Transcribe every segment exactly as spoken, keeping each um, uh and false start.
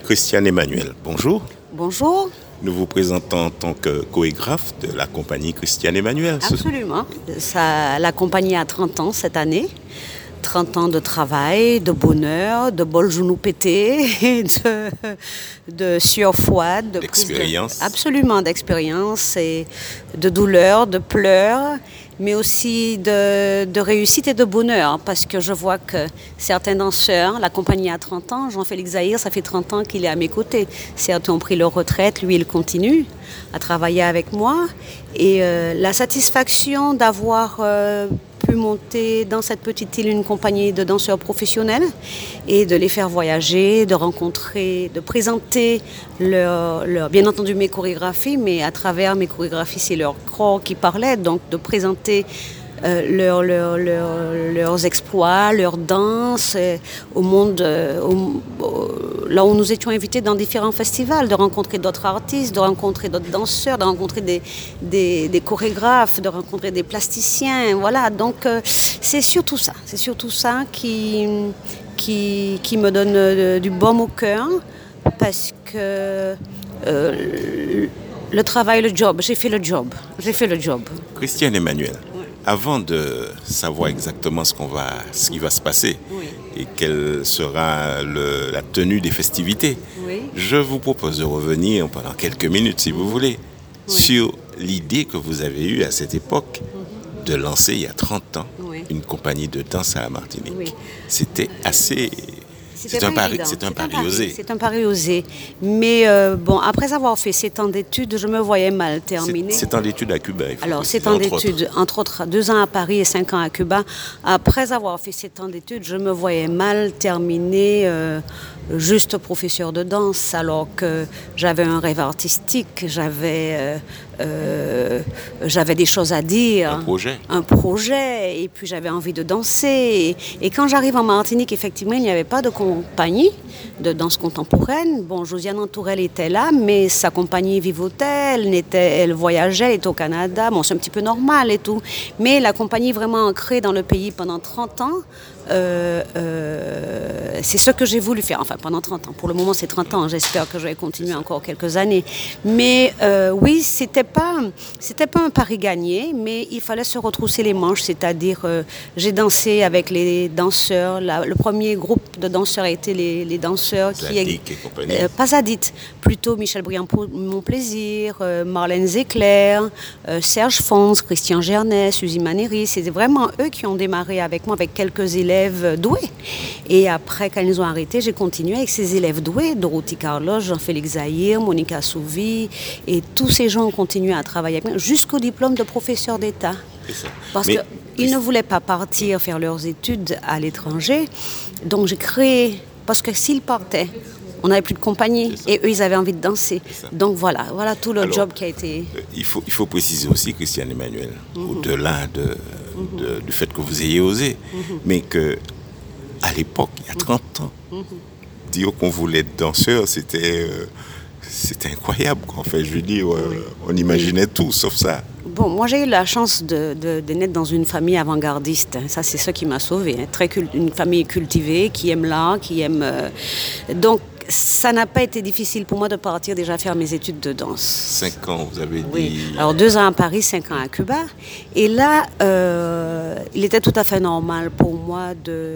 Christiane Emmanuel, bonjour. Bonjour. Nous vous présentons en tant que chorégraphe de la compagnie Christiane Emmanuel. Absolument. Ça, la compagnie a trente ans cette année. trente ans de travail, de bonheur, de bol genou pété, de, de sueur froide. De d'expérience. De, absolument, d'expérience et de douleur, de pleurs, mais aussi de, de réussite et de bonheur. Parce que je vois que certains danseurs, la compagnie a trente ans, Jean-Félix Zahir, ça fait trente ans qu'il est à mes côtés. Certains ont pris leur retraite, lui il continue à travailler avec moi. Et euh, la satisfaction d'avoir... Euh, pu monter dans cette petite île une compagnie de danseurs professionnels et de les faire voyager, de rencontrer, de présenter leur, leur, bien entendu mes chorégraphies, mais à travers mes chorégraphies, c'est leur corps qui parlait, donc de présenter Euh, leur, leur, leur, leurs exploits, leurs danses euh, au monde, euh, au, au, là où nous étions invités dans différents festivals, de rencontrer d'autres artistes, de rencontrer d'autres danseurs, de rencontrer des, des, des chorégraphes, de rencontrer des plasticiens, voilà. Donc euh, c'est surtout ça, c'est surtout ça qui, qui, qui me donne euh, du baume au cœur, parce que euh, le travail, le job, j'ai fait le job, j'ai fait le job. Christiane Emmanuel. Avant de savoir exactement ce, qu'on va, ce qui va se passer oui. et quelle sera le, la tenue des festivités, oui. je vous propose de revenir pendant quelques minutes, si vous voulez, oui. sur l'idée que vous avez eue à cette époque mm-hmm. de lancer, il y a trente ans, oui. une compagnie de danse à la Martinique. Oui. C'était assez... C'est un, pari, c'est un pari osé. C'est un pari osé. Mais euh, bon, après avoir fait sept ans d'études, je me voyais mal terminer. sept ans d'études à Cuba. Alors, sept ans d'études, entre autres, deux ans à Paris et cinq ans à Cuba. Après avoir fait sept ans d'études, je me voyais mal terminer euh, juste professeur de danse, alors que j'avais un rêve artistique, j'avais, euh, euh, j'avais des choses à dire. Un projet. Un projet, et puis j'avais envie de danser. Et, et quand j'arrive en Martinique, effectivement, il n'y avait pas de compagnie de danse contemporaine. Bon, Josiane Antourelle était là, mais sa compagnie vivotait, elle, n'était, elle voyageait, elle était au Canada. Bon, c'est un petit peu normal et tout. Mais la compagnie vraiment ancrée dans le pays pendant trente ans, euh, euh, c'est ce que j'ai voulu faire. Enfin, pendant trente ans. Pour le moment, c'est trente ans. J'espère que je vais continuer encore quelques années. Mais euh, oui, c'était pas, c'était pas un pari gagné, mais il fallait se retrousser les manches. C'est-à-dire, euh, j'ai dansé avec les danseurs. La, le premier groupe de danseurs a été les, les danseurs Zadig qui... et compagnie. Euh, pas Zadit, plutôt Michel Briand-Montplaisir, euh, Marlène Zéclair, euh, Serge Fons, Christian Gernet, Suzy Maneri. C'est vraiment eux qui ont démarré avec moi, avec quelques élèves doués. Et après, quand ils ont arrêté, j'ai continué avec ces élèves doués, Dorothy Carlos, Jean-Félix Zahir, Monica Souvi, et tous ces gens ont continué à travailler avec moi jusqu'au diplôme de professeur d'État. Parce Mais... qu'ils ne voulaient pas partir faire leurs études à l'étranger. Donc j'ai créé, parce que s'ils partaient, on n'avait plus de compagnie et eux, ils avaient envie de danser. Donc voilà, voilà tout le Alors, job qui a été... Il faut, il faut préciser aussi, Christiane Emmanuel, mm-hmm. au-delà de, mm-hmm. de, du fait que vous ayez osé, mm-hmm. mais qu'à l'époque, il y a trente ans, mm-hmm. dire qu'on voulait être danseur, c'était... Euh, C'était incroyable, en fait. Je veux dire, euh, on imaginait tout, sauf ça. Bon, moi, j'ai eu la chance de, de, de naître dans une famille avant-gardiste. Ça, c'est ça qui m'a sauvée. Hein. Très cul- une famille cultivée, qui aime l'art, qui aime... Euh... Donc, ça n'a pas été difficile pour moi de partir déjà faire mes études de danse. Cinq ans, vous avez dit... Oui. Alors, deux ans à Paris, cinq ans à Cuba. Et là, euh, il était tout à fait normal pour moi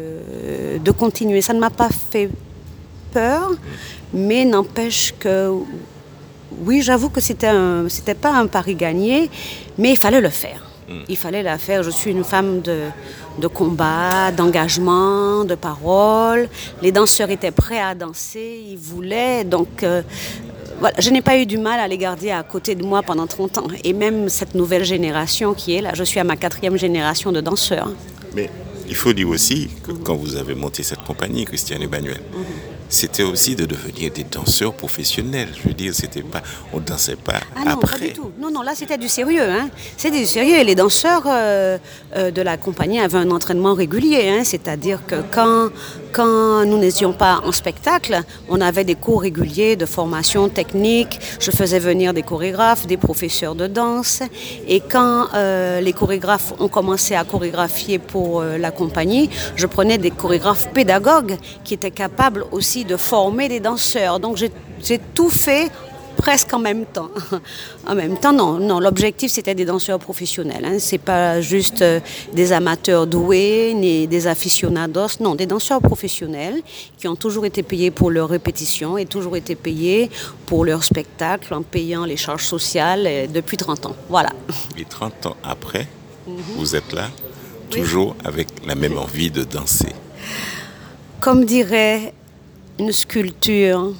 de, de continuer. Ça ne m'a pas fait peur, mais n'empêche que, oui, j'avoue que c'était un, c'était pas un pari gagné, mais il fallait le faire. Mm. Il fallait le faire. Je suis une femme de, de combat, d'engagement, de parole. Les danseurs étaient prêts à danser, ils voulaient. Donc, euh, voilà, je n'ai pas eu du mal à les garder à côté de moi pendant trente ans. Et même cette nouvelle génération qui est là, je suis à ma quatrième génération de danseurs. Mais il faut dire aussi que mm-hmm. quand vous avez monté cette compagnie, Christiane Emmanuel, mm-hmm. c'était aussi de devenir des danseurs professionnels. Je veux dire, c'était pas, on ne dansait pas ah non, après. Pas du tout. Non, non, là, c'était du sérieux. Hein. C'était du sérieux. Et les danseurs euh, euh, de la compagnie avaient un entraînement régulier. Hein. C'est-à-dire que quand, quand nous n'étions pas en spectacle, on avait des cours réguliers de formation technique. Je faisais venir des chorégraphes, des professeurs de danse. Et quand euh, les chorégraphes ont commencé à chorégraphier pour euh, la compagnie, je prenais des chorégraphes pédagogues qui étaient capables aussi aussi de former des danseurs. Donc j'ai, j'ai tout fait presque en même temps. En même temps, non, non. L'objectif, c'était des danseurs professionnels. Hein. C'est pas juste euh, des amateurs doués ni des aficionados. Non, des danseurs professionnels qui ont toujours été payés pour leurs répétitions et toujours été payés pour leurs spectacles en payant les charges sociales euh, depuis trente ans. Voilà. Et trente ans après, mm-hmm. vous êtes là, toujours oui. avec la même envie de danser. Comme dirait une sculpture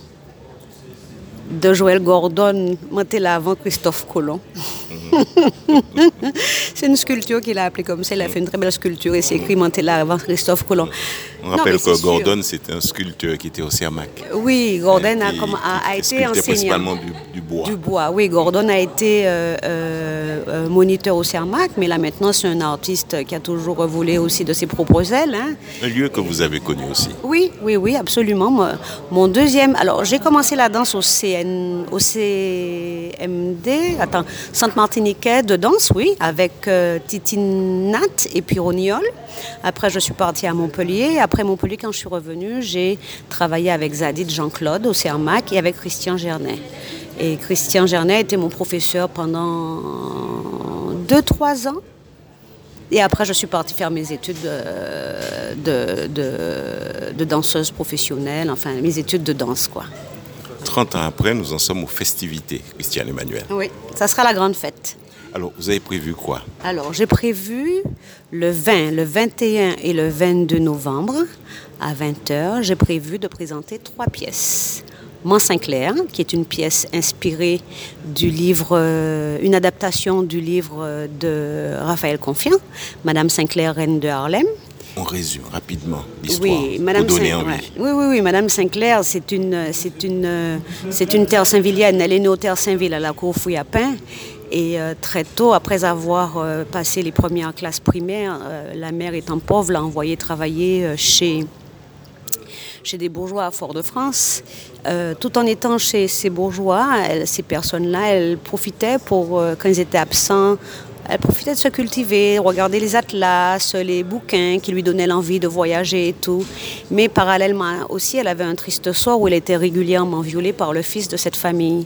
de Joël Gordon, monté là avant Christophe Colomb. Mm-hmm. C'est une sculpture qu'il a appelée comme ça. Il a fait une très belle sculpture et c'est écrit monté là avant Christophe Colomb. On rappelle non, que Gordon, c'était un sculpteur qui était au Cermak. Oui, Gordon a, comme, a, a été enseignant. Principalement du, du bois. Du bois, oui. Gordon a été euh, euh, moniteur au Cermak, mais là maintenant, c'est un artiste qui a toujours volé aussi de ses propres ailes. Hein. Un lieu que vous avez connu aussi. Oui, oui, oui, absolument. Moi, mon deuxième... Alors, j'ai commencé la danse au, C N, au C M D, attends, Centre Martiniquais de danse, oui, avec euh, Titi Nat et puis Roniol. Après, je suis partie à Montpellier. Après Montpellier, quand je suis revenue, j'ai travaillé avec Zadid Jean-Claude au Cermak et avec Christian Gernet. Et Christian Gernet était mon professeur pendant deux, trois ans. Et après, je suis partie faire mes études de, de, de, de danseuse professionnelle, enfin, mes études de danse, quoi. trente ans après, nous en sommes aux festivités, Christiane Emmanuel. Oui, ça sera la grande fête. Alors, vous avez prévu quoi? Alors, j'ai prévu le vingt, le vingt et un et le vingt-deux novembre à vingt heures. J'ai prévu de présenter trois pièces. Mont-Saint-Clair, qui est une pièce inspirée du livre, euh, une adaptation du livre de Raphaël Confiant, Madame Saint-Clair, reine de Harlem. On résume rapidement l'histoire oui, Madame pour donner Saint- envie. Ouais. Oui, oui, oui, Madame Saint-Clair, c'est une, c'est une, c'est une terre saint-villienne. Elle est née au Terre Saint-Ville à la cour Fouillapin. Et euh, très tôt, après avoir euh, passé les premières classes primaires, euh, la mère étant pauvre, l'a envoyée travailler euh, chez, chez des bourgeois à Fort-de-France. Euh, tout en étant chez ces bourgeois, elle, ces personnes-là, elles profitaient pour, euh, quand ils étaient absents, elle profitait de se cultiver, regarder les atlas, les bouquins qui lui donnaient l'envie de voyager et tout. Mais parallèlement aussi, elle avait un triste sort où elle était régulièrement violée par le fils de cette famille.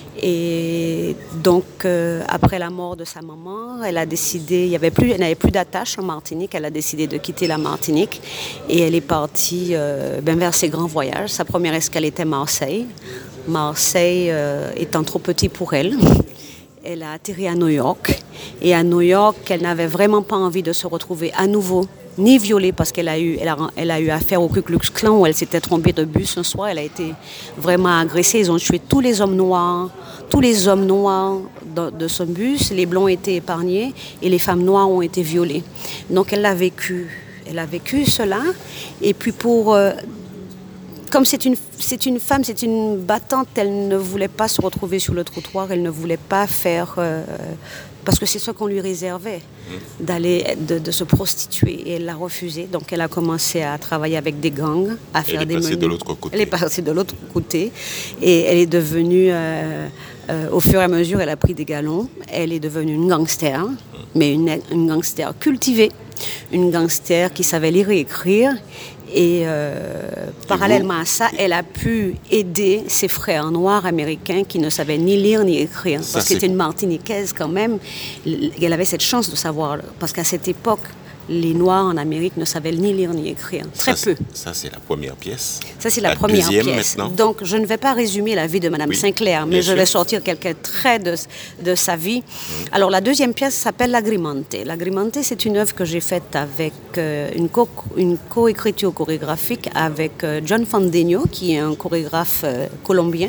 Et donc, euh, après la mort de sa maman, elle a décidé, il y avait plus, elle n'avait plus d'attache en Martinique, elle a décidé de quitter la Martinique et elle est partie euh, ben vers ses grands voyages. Sa première escale était Marseille. Marseille euh, étant trop petit pour elle. Elle a atterri à New York. Et à New York, elle n'avait vraiment pas envie de se retrouver à nouveau, ni violée, parce qu'elle a eu, elle a, elle a eu affaire au Ku Klux Klan où elle s'était trompée de bus un soir. Elle a été vraiment agressée. Ils ont tué tous les hommes noirs, tous les hommes noirs de, de ce bus. Les blancs étaient épargnés et les femmes noires ont été violées. Donc elle l'a vécu. Elle a vécu cela. Et puis pour... Euh, Comme c'est une, c'est une femme, c'est une battante, elle ne voulait pas se retrouver sur le trottoir, elle ne voulait pas faire... Euh, parce que c'est ce qu'on lui réservait, d'aller, de, de se prostituer. Et elle l'a refusé, donc elle a commencé à travailler avec des gangs, à faire des menus. Elle est passée de l'autre côté. Elle est passée de l'autre côté. Et elle est devenue, euh, euh, au fur et à mesure, elle a pris des galons. Elle est devenue une gangster, mais une, une gangster cultivée, une gangster qui savait lire et écrire. Et euh, parallèlement à ça, elle a pu aider ses frères noirs américains qui ne savaient ni lire ni écrire. Ça, parce qu'elle était une Martiniquaise quand même. Elle avait cette chance de savoir. Parce qu'à cette époque, les Noirs en Amérique ne savaient ni lire ni écrire. Très ça, peu. C'est, ça, c'est la première pièce. Ça, c'est la, la première pièce. Maintenant. Donc, je ne vais pas résumer la vie de Madame oui, Saint-Clair, mais je sûr. vais sortir quelques traits de, de sa vie. Mmh. Alors, la deuxième pièce s'appelle L'Agrimante. L'Agrimante, c'est une œuvre que j'ai faite avec euh, une, co- une co-écriture chorégraphique avec euh, John Fandegno, qui est un chorégraphe euh, colombien.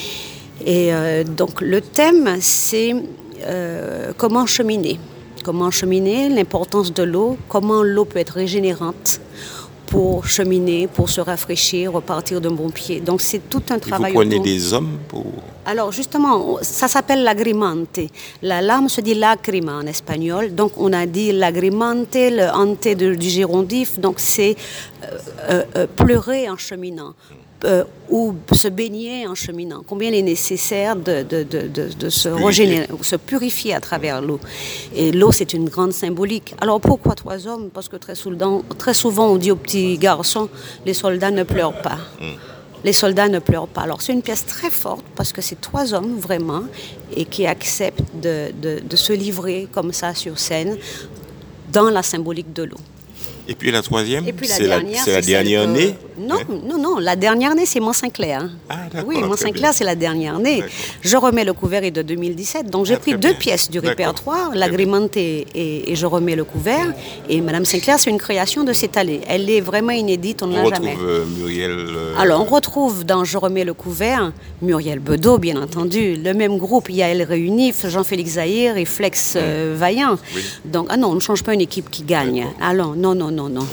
Et euh, donc, le thème, c'est euh, comment cheminer. Comment cheminer, l'importance de l'eau, comment l'eau peut être régénérante pour cheminer, pour se rafraîchir, repartir d'un bon pied. Donc c'est tout un travail. Et vous prenez autour. Des hommes pour... Alors justement, ça s'appelle l'agrimante. La larme se dit lacrima en espagnol, donc on a dit l'agrimante, le ante de, du gérondif, donc c'est euh, euh, pleurer en cheminant. Euh, ou se baigner en cheminant. Combien il est nécessaire de, de, de, de, de se régénérer, se purifier à travers l'eau. Et l'eau, c'est une grande symbolique. Alors pourquoi trois hommes? Parce que très souvent, très souvent, on dit aux petits garçons, les soldats ne pleurent pas. Mm. Les soldats ne pleurent pas. Alors c'est une pièce très forte parce que c'est trois hommes vraiment et qui acceptent de, de, de se livrer comme ça sur scène dans la symbolique de l'eau. Et puis la troisième, Et puis la c'est dernière, la, c'est la c'est dernière celle que- née. Non, Hein? non, non. La dernière née, c'est Mont-Saint-Clair. hein. Ah, d'accord, Oui, très Mont-Saint-Clair, bien. c'est la dernière née. D'accord. Je remets le couvert est de deux mille dix-sept. Donc j'ai Ah, pris très deux bien. pièces du D'accord. répertoire, Très l'agrémenté et, et je remets le couvert. Et Madame Saint-Clair, c'est une création de cette allée. Elle est vraiment inédite, on ne On l'a jamais. retrouve euh, Muriel. euh, Alors, on retrouve dans Je remets le couvert Muriel Bedeau, bien entendu, le même groupe, Yael Réunif, Jean-Félix Zahir et Flex euh, Vaillant. Oui. Donc, ah non, on ne change pas une équipe qui gagne. D'accord. Alors, non, non, non, non.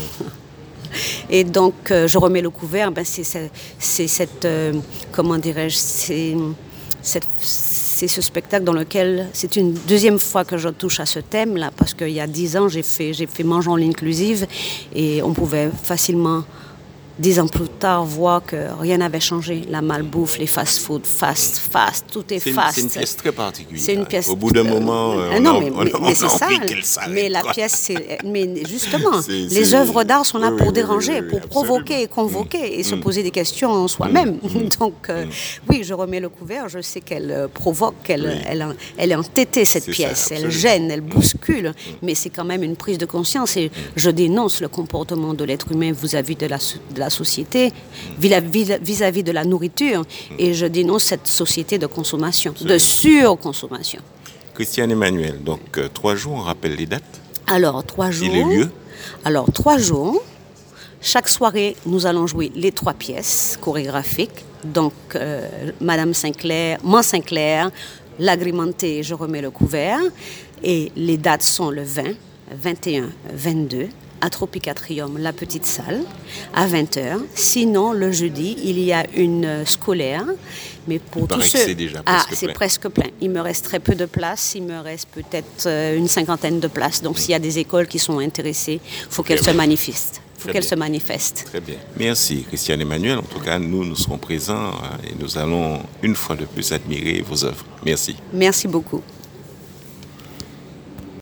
Et donc, euh, Je remets le couvert, ben, c'est, c'est, c'est cette, euh, comment dirais-je, c'est, cette- c'est ce spectacle dans lequel, c'est une deuxième fois que je touche à ce thème-là, parce qu'il y a dix ans, j'ai fait, j'ai fait Mangeons l'inclusive, et on pouvait facilement, dix ans plus tard, voir que rien n'avait changé. La malbouffe, les fast-food, fast, fast, tout est C'est une, fast. c'est une pièce très particulière. C'est une pièce. Au bout d'un euh, moment, euh, euh, on non, a, mais, on a- mais- on mais a c'est ça. envie qu'elle s'arrête, Mais la quoi. pièce, c'est. Mais justement, C'est- les c'est- œuvres d'art sont là oui, pour oui, déranger, oui, oui, pour absolument. provoquer et convoquer et se poser des questions en soi-même. Donc, euh, oui, je remets le couvert. Je sais qu'elle euh, provoque, qu'elle Oui. elle, elle est entêtée, cette C'est ça, pièce. Elle absolument. gêne, elle bouscule. Mais c'est quand même une prise de conscience. Et je dénonce le comportement de l'être humain vis-à-vis de la, so- de la société, vis-à-vis vis-à-vis de la nourriture. Et je dénonce cette société de consommation, de surconsommation. Christiane Emmanuel, donc euh, trois jours, on rappelle les dates. Alors, trois jours. Et les lieux. Alors, trois jours. Chaque soirée, nous allons jouer les trois pièces chorégraphiques. Donc, euh, Madame Saint-Clair, Mont-Saint-Clair, l'agrémenté, je remets le couvert. Et les dates sont le vingt, vingt et un, vingt-deux, à Tropicatrium, la petite salle, à vingt heures. Sinon, le jeudi, il y a une euh, scolaire. Mais pour Il tous paraît que ceux... c'est déjà ah, presque c'est plein. presque plein. Il me reste très peu de places. Il me reste peut-être euh, une cinquantaine de places. Donc, s'il y a des écoles qui sont intéressées, il faut qu'elles Très se bien. manifestent. Il faut Très qu'elles bien. se manifestent. Très bien. Merci, Christiane Emmanuel. En tout cas, nous, nous serons présents hein, et nous allons une fois de plus admirer vos œuvres. Merci. Merci beaucoup.